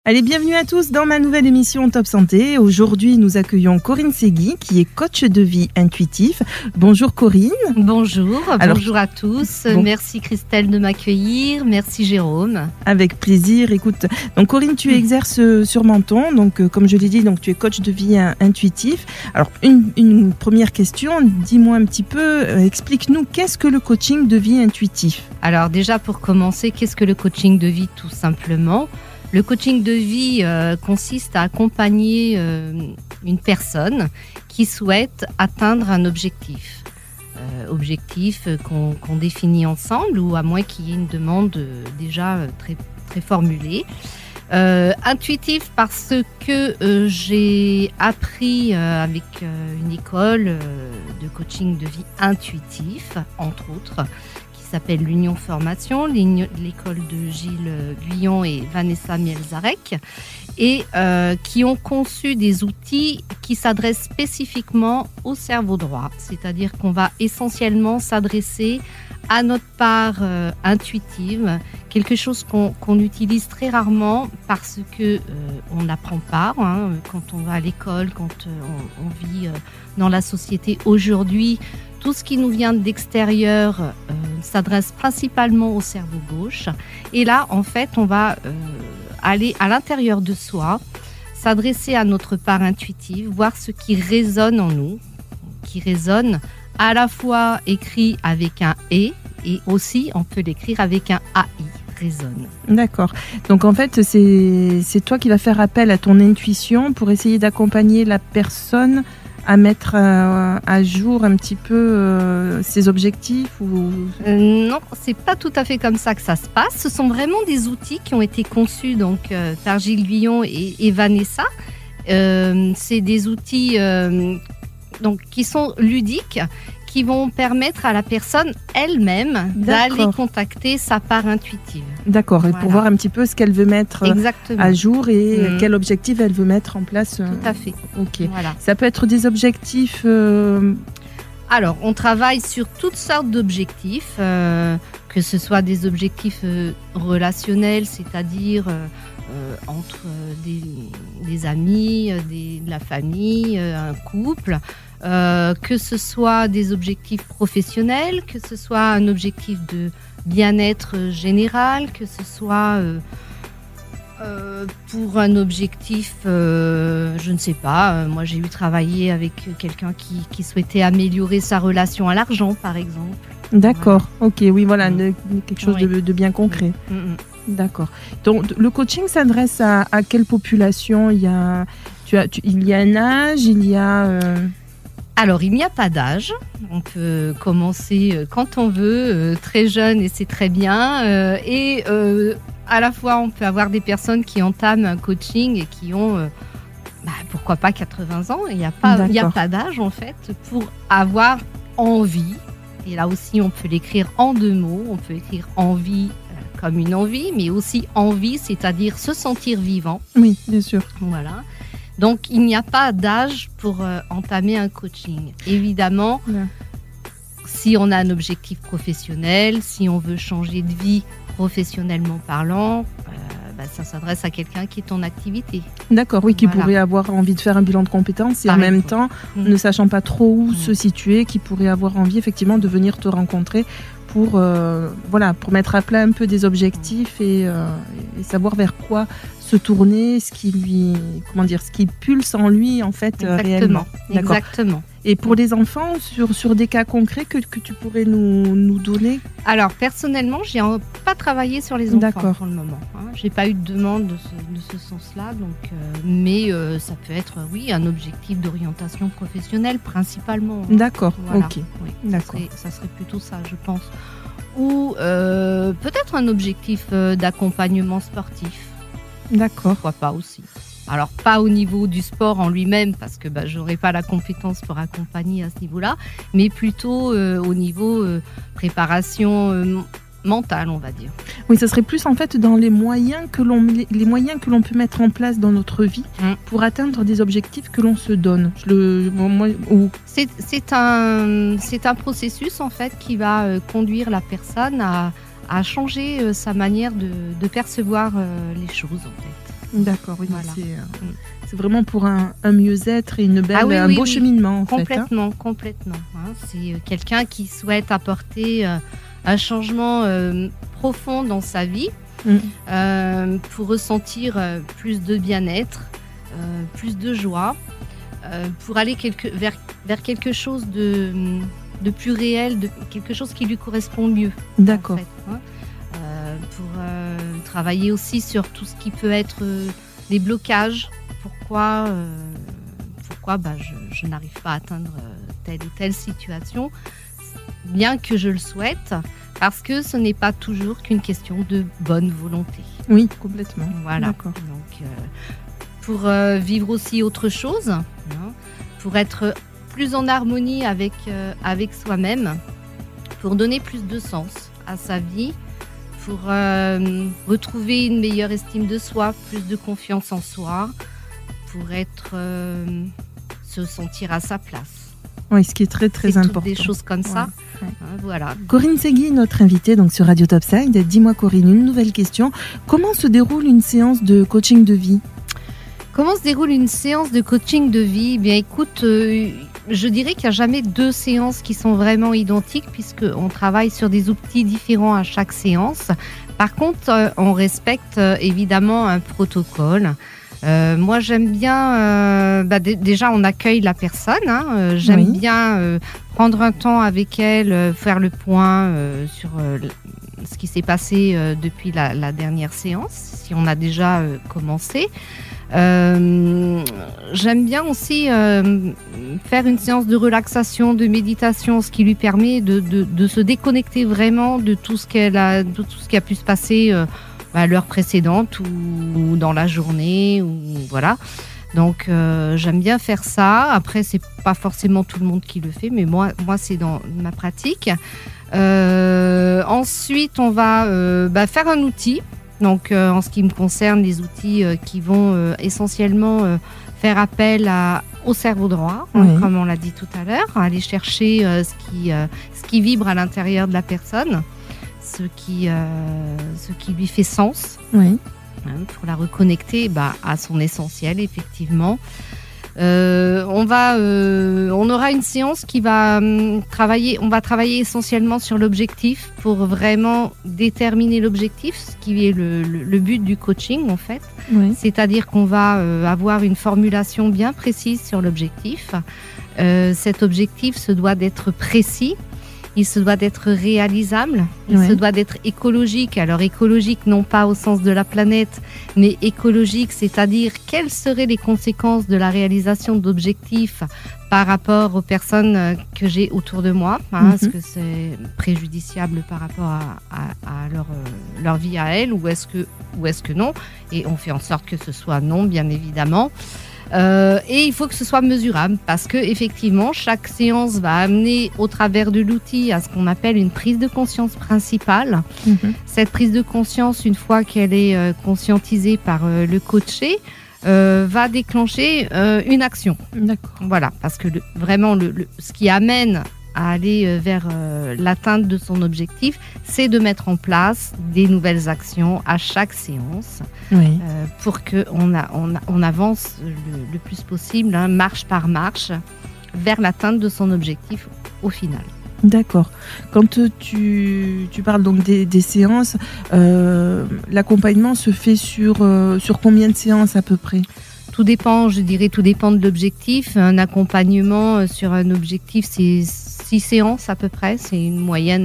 Allez, bienvenue à tous dans ma nouvelle émission Top Santé. Aujourd'hui, nous accueillons Corinne Segui, qui est coach de vie intuitif. Bonjour Corinne. Bonjour à tous. Merci Christelle de m'accueillir. Merci Jérôme. Avec plaisir. Écoute, donc Corinne, tu exerces sur Menton. Donc, comme je l'ai dit, donc tu es coach de vie intuitif. Alors, une première question. Dis-moi un petit peu, explique-nous qu'est-ce que le coaching de vie intuitif? Alors déjà, pour commencer, qu'est-ce que le coaching de vie tout simplement? Le coaching de vie consiste à accompagner une personne qui souhaite atteindre un objectif. Objectif qu'on définit ensemble ou à moins qu'il y ait une demande déjà très, très formulée. Intuitif parce que j'ai appris avec une école de coaching de vie intuitif, entre autres, s'appelle l'Union Formation, l'école de Gilles Guyon et Vanessa Mielzarek, et qui ont conçu des outils qui s'adressent spécifiquement au cerveau droit. C'est-à-dire qu'on va essentiellement s'adresser à notre part intuitive, quelque chose qu'on utilise très rarement parce que on n'apprend pas quand on va à l'école, quand on vit dans la société aujourd'hui. Tout ce qui nous vient d'extérieur s'adresse principalement au cerveau gauche. Et là, en fait, on va aller à l'intérieur de soi, s'adresser à notre part intuitive, voir ce qui résonne en nous, qui résonne à la fois écrit avec un « et aussi on peut l'écrire avec un « ai ». Résonne. D'accord. Donc en fait, c'est toi qui vas faire appel à ton intuition pour essayer d'accompagner la personne à mettre à jour un petit peu ses objectifs ou... Non, c'est pas tout à fait comme ça que ça se passe. Ce sont vraiment des outils qui ont été conçus donc par Gilles Guyon et Vanessa. C'est des outils donc qui sont ludiques, qui vont permettre à la personne elle-même d'aller contacter sa part intuitive. D'accord, et pour voir un petit peu ce qu'elle veut mettre à jour et quel objectif elle veut mettre en place. Tout à fait. Ok. Voilà. Ça peut être des objectifs... Alors, on travaille sur toutes sortes d'objectifs, que ce soit des objectifs relationnels, c'est-à-dire entre des amis, de la famille, un couple, que ce soit des objectifs professionnels, que ce soit un objectif de bien-être général, que ce soit pour un objectif, je ne sais pas, moi j'ai eu travaillé avec quelqu'un qui souhaitait améliorer sa relation à l'argent, par exemple. D'accord, ok, oui, voilà, quelque chose de bien concret. D'accord. Donc, le coaching s'adresse à quelle population? Il y a un âge, il y a... Alors, il n'y a pas d'âge. On peut commencer quand on veut, très jeune, et c'est très bien. Et à la fois, on peut avoir des personnes qui entament un coaching et qui ont, pourquoi pas 80 ans. Il n'y a pas d'âge, en fait, pour avoir envie. Et là aussi, on peut l'écrire en 2 mots. On peut écrire envie comme une envie, mais aussi envie, c'est-à-dire se sentir vivant. Oui, bien sûr. Voilà. Donc, il n'y a pas d'âge pour entamer un coaching. Évidemment, si on a un objectif professionnel, si on veut changer de vie professionnellement parlant, ça s'adresse à quelqu'un qui est en activité. D'accord, oui, qui pourrait avoir envie de faire un bilan de compétences et en même temps, ne sachant pas trop où se situer, qui pourrait avoir envie effectivement de venir te rencontrer pour mettre à plat un peu des objectifs et savoir vers quoi se tourner, ce qui pulse en lui en fait réellement. D'accord. Exactement. Et pour les enfants, sur des cas concrets que tu pourrais nous donner? Alors personnellement, j'ai pas travaillé sur les enfants pour le moment. J'ai pas eu de demande de ce sens-là, donc mais ça peut être un objectif d'orientation professionnelle principalement. D'accord. Voilà. Ok. Oui, d'accord. Ça serait plutôt ça, je pense. Ou peut-être un objectif d'accompagnement sportif. D'accord. Pourquoi pas aussi. Alors, pas au niveau du sport en lui-même, parce que je n'aurais pas la compétence pour accompagner à ce niveau-là, mais plutôt au niveau préparation mentale, on va dire. Oui, ça serait plus en fait dans les moyens que l'on peut mettre en place dans notre vie pour atteindre des objectifs que l'on se donne. C'est un processus en fait qui va conduire la personne à changer sa manière de percevoir les choses en fait. D'accord, oui. Voilà. C'est vraiment pour un mieux-être et un beau cheminement. Complètement. C'est quelqu'un qui souhaite apporter un changement profond dans sa vie pour ressentir plus de bien-être, plus de joie, pour aller vers quelque chose de plus réel, de quelque chose qui lui correspond mieux. D'accord. Pour travailler aussi sur tout ce qui peut être les blocages. Pourquoi je n'arrive pas à atteindre telle ou telle situation, bien que je le souhaite, parce que ce n'est pas toujours qu'une question de bonne volonté. Oui, complètement. Voilà. D'accord. Donc, pour vivre aussi autre chose, pour être plus en harmonie avec soi-même, pour donner plus de sens à sa vie, pour retrouver une meilleure estime de soi, plus de confiance en soi, pour se sentir à sa place. Oui, ce qui est très très important. Des choses comme ça. Ouais. Voilà. Corinne Segui, notre invitée donc sur Radio Topside. Dis-moi Corinne, une nouvelle question. Comment se déroule une séance de coaching de vie ? Comment se déroule une séance de coaching de vie ? Bien écoute, je dirais qu'il n'y a jamais 2 séances qui sont vraiment identiques puisqu'on travaille sur des outils différents à chaque séance. Par contre, on respecte évidemment un protocole. Moi, j'aime bien, déjà, on accueille la personne. J'aime bien prendre un temps avec elle, faire le point sur ce qui s'est passé depuis la dernière séance, si on a déjà commencé. J'aime bien aussi faire une séance de relaxation, de méditation, ce qui lui permet de se déconnecter vraiment de tout ce qui a pu se passer à l'heure précédente ou dans la journée, ou voilà. Donc j'aime bien faire ça. Après, c'est pas forcément tout le monde qui le fait, mais moi c'est dans ma pratique. Ensuite, on va faire un outil. Donc, en ce qui me concerne, les outils qui vont essentiellement faire appel au cerveau droit, comme on l'a dit tout à l'heure, aller chercher ce qui vibre à l'intérieur de la personne, ce qui lui fait sens, pour la reconnecter à son essentiel, effectivement. On aura une séance qui va travailler essentiellement sur l'objectif pour vraiment déterminer l'objectif, ce qui est le but du coaching en fait. C'est-à-dire qu'on va avoir une formulation bien précise sur l'objectif. Cet objectif se doit d'être précis. Il se doit d'être réalisable, il se doit d'être écologique. Alors écologique non pas au sens de la planète, mais écologique, c'est-à-dire quelles seraient les conséquences de la réalisation d'objectifs par rapport aux personnes que j'ai autour de moi. Est-ce que c'est préjudiciable par rapport à leur vie à elles ou est-ce que non ? Et on fait en sorte que ce soit non, bien évidemment. Et il faut que ce soit mesurable parce que effectivement chaque séance va amener au travers de l'outil à ce qu'on appelle une prise de conscience principale. Cette prise de conscience, une fois qu'elle est conscientisée par le coaché, va déclencher une action. D'accord. Voilà, parce que vraiment ce qui amène à aller vers l'atteinte de son objectif, c'est de mettre en place des nouvelles actions à chaque séance pour qu'on avance le plus possible, marche par marche, vers l'atteinte de son objectif au final. D'accord. Quand tu parles donc des séances, l'accompagnement se fait sur combien de séances à peu près ? Tout dépend de l'objectif. Un accompagnement sur un objectif, c'est 6 séances à peu près. C'est une moyenne.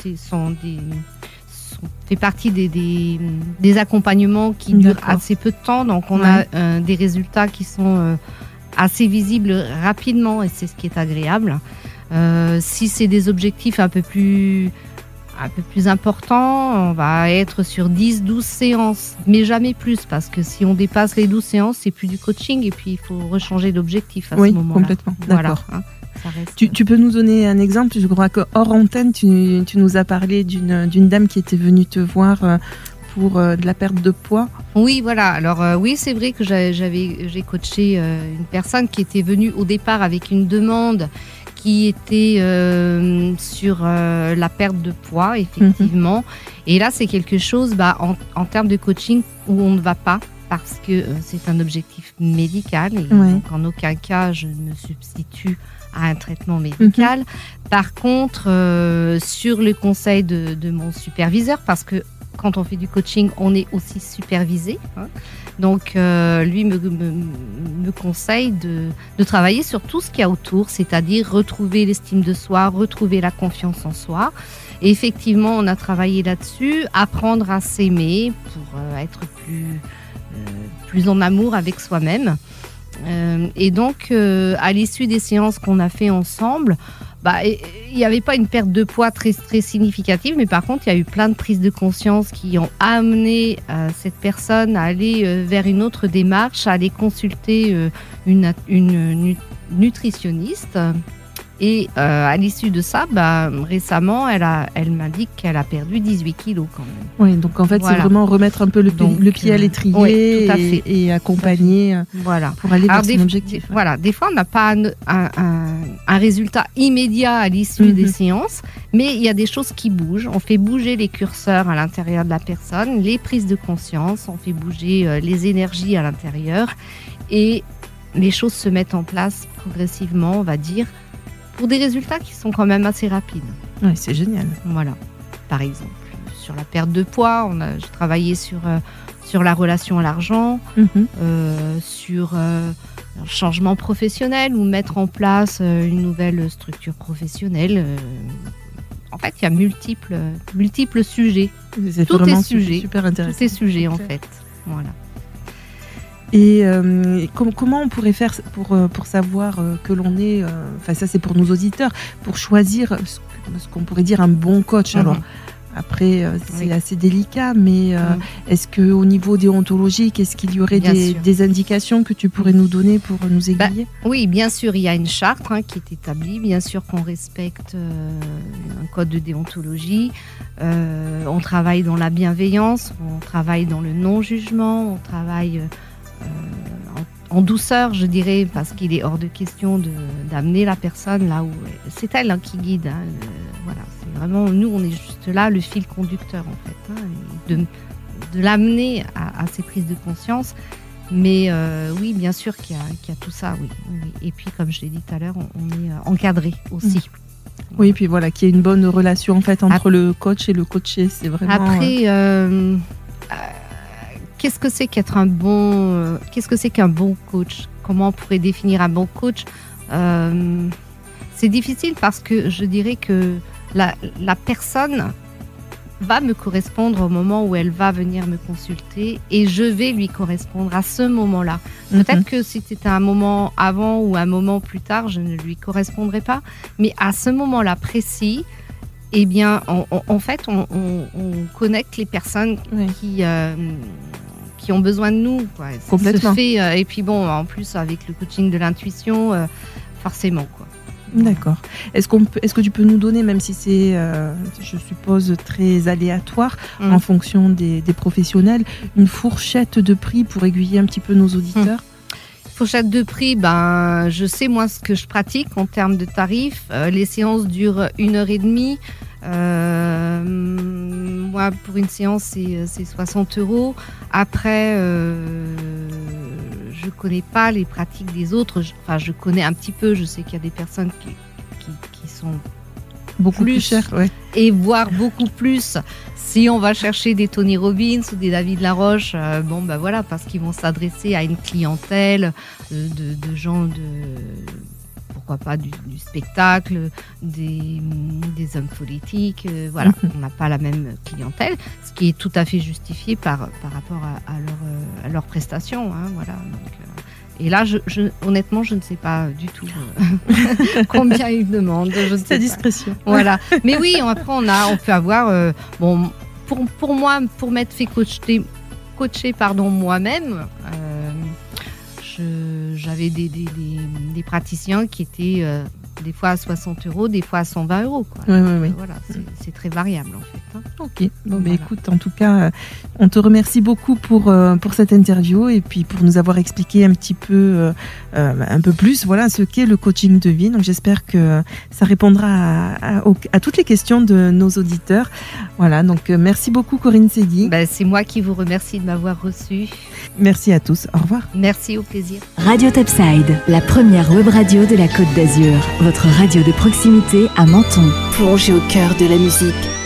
Fait partie des accompagnements qui durent assez peu de temps. Donc, on a des résultats qui sont assez visibles rapidement et c'est ce qui est agréable. Si c'est des objectifs un peu plus important, on va être sur 10-12 séances, mais jamais plus, parce que si on dépasse les 12 séances, c'est plus du coaching et puis il faut rechanger d'objectif à ce moment-là. Oui, complètement, d'accord. Voilà, ça reste... tu peux nous donner un exemple ? Je crois que hors antenne, tu nous as parlé d'une dame qui était venue te voir pour de la perte de poids. Oui, voilà. Alors oui, c'est vrai que j'ai coaché une personne qui était venue au départ avec une demande qui était sur la perte de poids, effectivement. Et là, c'est quelque chose, en termes de coaching, où on ne va pas parce que c'est un objectif médical et donc en aucun cas je ne me substitue à un traitement médical. Par contre, sur le conseil de mon superviseur, parce que quand on fait du coaching, on est aussi supervisé. Donc, lui me conseille de travailler sur tout ce qu'il y a autour, c'est-à-dire retrouver l'estime de soi, retrouver la confiance en soi. Et effectivement, on a travaillé là-dessus, apprendre à s'aimer pour être plus en amour avec soi-même. Et donc, à l'issue des séances qu'on a fait ensemble, il n'y avait pas une perte de poids très, très significative, mais par contre, il y a eu plein de prises de conscience qui ont amené cette personne à aller vers une autre démarche, à aller consulter une nutritionniste. Et à l'issue de ça, récemment, elle m'a dit qu'elle a perdu 18 kilos quand même. Oui, donc en fait, c'est vraiment remettre un peu le pied à l'étrier et accompagner pour aller vers son objectif. Voilà, des fois, on n'a pas un résultat immédiat à l'issue des séances, mais il y a des choses qui bougent. On fait bouger les curseurs à l'intérieur de la personne, les prises de conscience, on fait bouger les énergies à l'intérieur et les choses se mettent en place progressivement, on va dire, pour des résultats qui sont quand même assez rapides. Oui, c'est génial. Voilà. Par exemple, sur la perte de poids, j'ai travaillé sur la relation à l'argent, sur un changement professionnel ou mettre en place une nouvelle structure professionnelle. En fait, il y a multiples sujets. Tout est sujet. Super intéressant. Tout est sujet, en fait. Voilà. Et comment on pourrait faire pour savoir que l'on est, ça c'est pour nos auditeurs, pour choisir ce qu'on pourrait dire un bon coach. Alors après c'est assez délicat, mais est-ce qu'au niveau déontologique, est-ce qu'il y aurait des indications que tu pourrais nous donner pour nous aiguiller? Oui, bien sûr, il y a une charte qui est établie, bien sûr qu'on respecte un code de déontologie, on travaille dans la bienveillance, on travaille dans le non-jugement, on travaille en douceur, je dirais, parce qu'il est hors de question d'amener la personne là où c'est elle qui guide. Voilà, c'est vraiment nous, on est juste là, le fil conducteur en fait, de l'amener à ces prises de conscience. Mais oui, bien sûr qu'il y a tout ça, oui. Et puis, comme je l'ai dit tout à l'heure, on est encadré aussi. Oui, et puis voilà, qu'il y ait une bonne relation en fait entre le coach et le coaché, c'est vraiment. Après. Qu'est-ce que c'est qu'un bon coach? Comment on pourrait définir un bon coach? C'est difficile parce que je dirais que la personne va me correspondre au moment où elle va venir me consulter et je vais lui correspondre à ce moment-là. Peut-être que si c'était un moment avant ou un moment plus tard, je ne lui correspondrai pas. Mais à ce moment-là précis, eh bien, en fait, on connecte les personnes qui ont besoin de nous. Complètement. Ça se fait, et puis bon, en plus, avec le coaching de l'intuition, forcément, quoi. D'accord. Est-ce que tu peux nous donner, même si c'est, je suppose, très aléatoire en fonction des professionnels, une fourchette de prix pour aiguiller un petit peu nos auditeurs? Fourchette de prix, je sais moi ce que je pratique en termes de tarifs. Les séances durent 1h30. Moi, pour une séance, c'est 60 €. Après, je connais pas les pratiques des autres. Je connais un petit peu. Je sais qu'il y a des personnes qui sont beaucoup plus chères, et voire beaucoup plus. Si on va chercher des Tony Robbins ou des David Laroche, voilà, parce qu'ils vont s'adresser à une clientèle de gens pourquoi pas du spectacle, des hommes politiques, voilà, on n'a pas la même clientèle, ce qui est tout à fait justifié par rapport à leurs prestations, voilà. Donc, et là, honnêtement, je ne sais pas du tout combien ils demandent. C'est discrétion. Voilà. Mais oui, après, on peut avoir... pour moi, pour m'être fait coacher moi-même, j'avais des praticiens qui étaient des fois à 60 €, des fois à 120 €. Quoi. Oui. Voilà, c'est très variable en fait. Hein. Ok, écoute, en tout cas, on te remercie beaucoup pour cette interview et puis pour nous avoir expliqué un petit peu, un peu plus, ce qu'est le coaching de vie. Donc j'espère que ça répondra à toutes les questions de nos auditeurs. Voilà, donc merci beaucoup Corinne Segui. C'est moi qui vous remercie de m'avoir reçue. Merci à tous, au revoir. Merci, au plaisir. Radio Topside, la première web radio de la Côte d'Azur. Votre radio de proximité à Menton. Plongez au cœur de la musique.